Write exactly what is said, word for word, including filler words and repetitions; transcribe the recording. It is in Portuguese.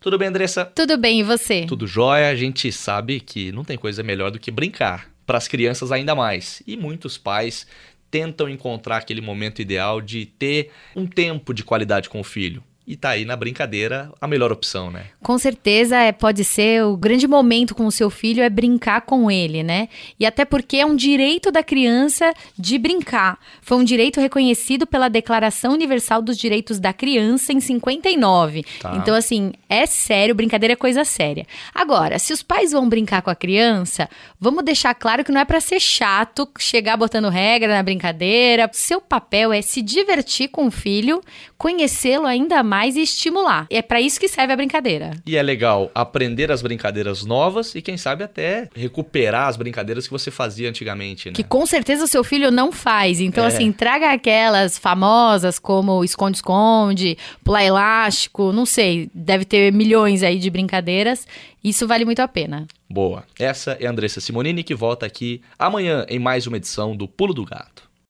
Tudo bem, Andressa? Tudo bem, e você? Tudo jóia. A gente sabe que não tem coisa melhor do que brincar. Para as crianças ainda mais. E muitos pais tentam encontrar aquele momento ideal de ter um tempo de qualidade com o filho. E tá aí na brincadeira a melhor opção, né? Com certeza é, pode ser o grande momento com o seu filho é brincar com ele, né? E até porque é um direito da criança de brincar. Foi um direito reconhecido pela Declaração Universal dos Direitos da Criança em cinquenta e nove. Tá. Então, assim, é sério, brincadeira é coisa séria. Agora, se os pais vão brincar com a criança, vamos deixar claro que não é pra ser chato, chegar botando regra na brincadeira. Seu papel é se divertir com o filho, conhecê-lo ainda mais e estimular. É para isso que serve a brincadeira. E é legal aprender as brincadeiras novas e quem sabe até recuperar as brincadeiras que você fazia antigamente, né? Que com certeza o seu filho não faz. Então, É. assim, traga aquelas famosas como esconde-esconde, pular elástico, não sei, deve ter milhões aí de brincadeiras. Isso vale muito a pena. Boa. Essa é a Andressa Simonini que volta aqui amanhã em mais uma edição do Pulo do Gato.